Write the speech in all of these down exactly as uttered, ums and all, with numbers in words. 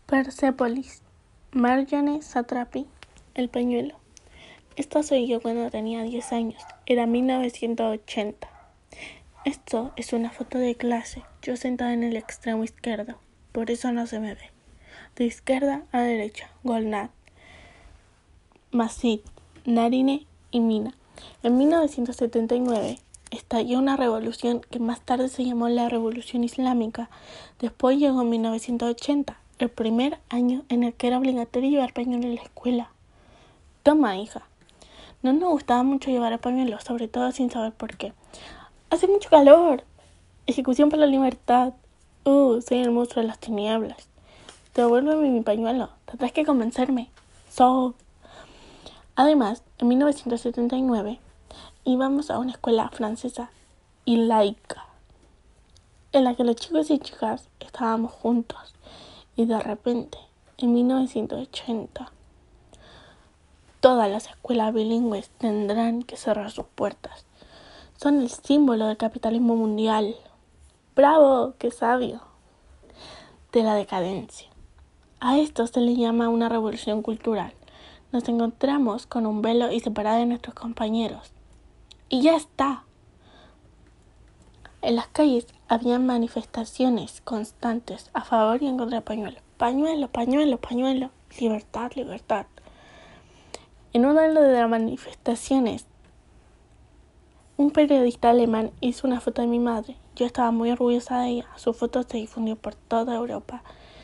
Persepolis, Marjane Satrapi, El pañuelo. Esto soy yo cuando tenía diez años, era mil novecientos ochenta. Esto es una foto de clase, yo sentada en el extremo izquierdo, por eso no se me ve. De izquierda a derecha, Golnad, Masjid, Narine y Mina. En mil novecientos setenta y nueve estalló una revolución que más tarde se llamó la Revolución Islámica. Después llegó en mil novecientos ochenta, el primer año en el que era obligatorio llevar pañuelo en la escuela. Toma, hija. No nos gustaba mucho llevar el pañuelo, sobre todo sin saber por qué. Hace mucho calor. Ejecución por la libertad. Uh, soy el monstruo de las tinieblas. Devuélveme mi pañuelo. Tendrás que convencerme. So. Además, en mil novecientos setenta y nueve íbamos a una escuela francesa y laica, en la que los chicos y chicas estábamos juntos. Y de repente, en mil novecientos ochenta, todas las escuelas bilingües tendrán que cerrar sus puertas. Son el símbolo del capitalismo mundial. ¡Bravo! ¡Qué sabio! De la decadencia. A esto se le llama una revolución cultural. Nos encontramos con un velo y separada de nuestros compañeros. Y ya está. En las calles había manifestaciones constantes a favor y en contra del pañuelo. Pañuelo, pañuelo, pañuelo. Libertad, libertad. En una de las manifestaciones, un periodista alemán hizo una foto de mi madre. Yo estaba muy orgullosa de ella. Su foto se difundió por toda Europa.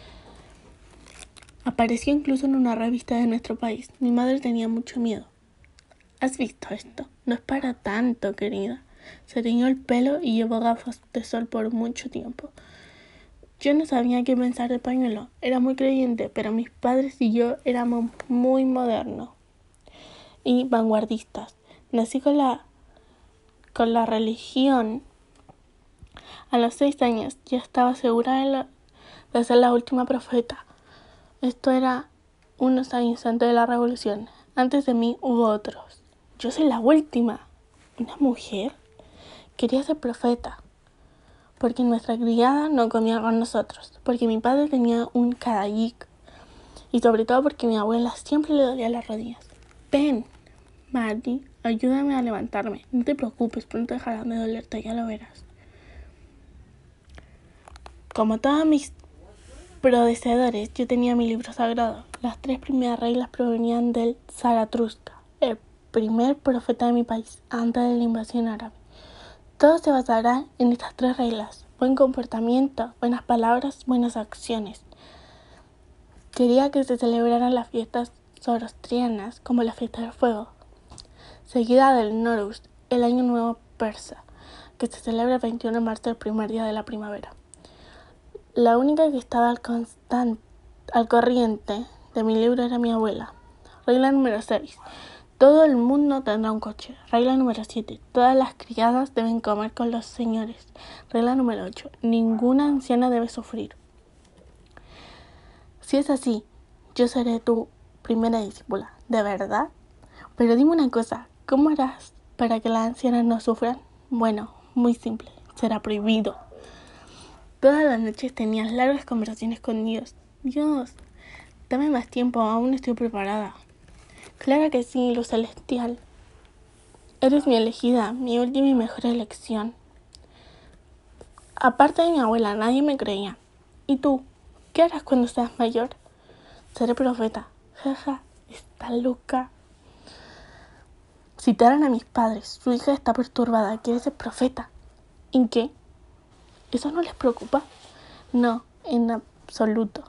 Apareció incluso en una revista de nuestro país. Mi madre tenía mucho miedo. ¿Has visto esto? No es para tanto, querida. Se tiñó el pelo y llevó gafas de sol por mucho tiempo. Yo no sabía qué pensar del pañuelo. Era muy creyente, pero mis padres y yo éramos muy modernos y vanguardistas. Nací con la, con la religión. A los seis años ya estaba segura de, la, de ser la última profeta. Esto era unos años antes de la revolución. Antes de mí hubo otros. Yo soy la última. ¿Una mujer? Quería ser profeta. Porque nuestra criada no comía con nosotros. Porque mi padre tenía un cadallic. Y sobre todo porque mi abuela siempre le dolía las rodillas. Ven, Marty, ayúdame a levantarme. No te preocupes, pronto dejarán de dolerte, ya lo verás. Como todos mis predecesores, yo tenía mi libro sagrado. Las tres primeras reglas provenían del Zaratustra, el primer profeta de mi país, antes de la invasión árabe. Todo se basará en estas tres reglas: buen comportamiento, buenas palabras, buenas acciones. Quería que se celebraran las fiestas zoroastrianas como la fiesta del fuego, seguida del Nowruz, el año nuevo persa, que se celebra el veintiuno de marzo, el primer día de la primavera. La única que estaba al, constant, al corriente de mi libro era mi abuela. Regla número seis. Todo el mundo tendrá un coche. Regla número siete. Todas las criadas deben comer con los señores. Regla número ocho. Ninguna anciana debe sufrir. Si es así, yo seré tu primera discípula. ¿De verdad? Pero dime una cosa. ¿Cómo harás para que las ancianas no sufran? Bueno, muy simple. Será prohibido. Todas las noches tenías largas conversaciones con Dios. Dios, dame más tiempo, aún no estoy preparada. Claro que sí, luz celestial. Eres mi elegida, mi última y mejor elección. Aparte de mi abuela, nadie me creía. ¿Y tú? ¿Qué harás cuando seas mayor? Seré profeta. Jaja, está loca. Citaron a mis padres. Su hija está perturbada, quiere ser profeta. ¿Y qué? ¿Eso no les preocupa? No, en absoluto.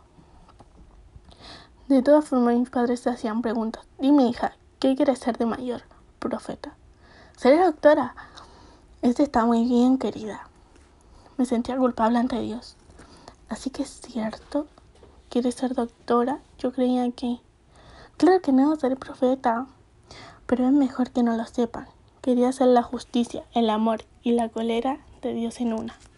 De todas formas, mis padres se hacían preguntas. Dime, hija, ¿qué quieres ser de mayor? Profeta. ¿Seré doctora? Este está muy bien, querida. Me sentía culpable ante Dios. Así que es cierto. ¿Quieres ser doctora? Yo creía que... Claro que no, seré profeta. Pero es mejor que no lo sepan. Quería hacer la justicia, el amor y la cólera de Dios en una.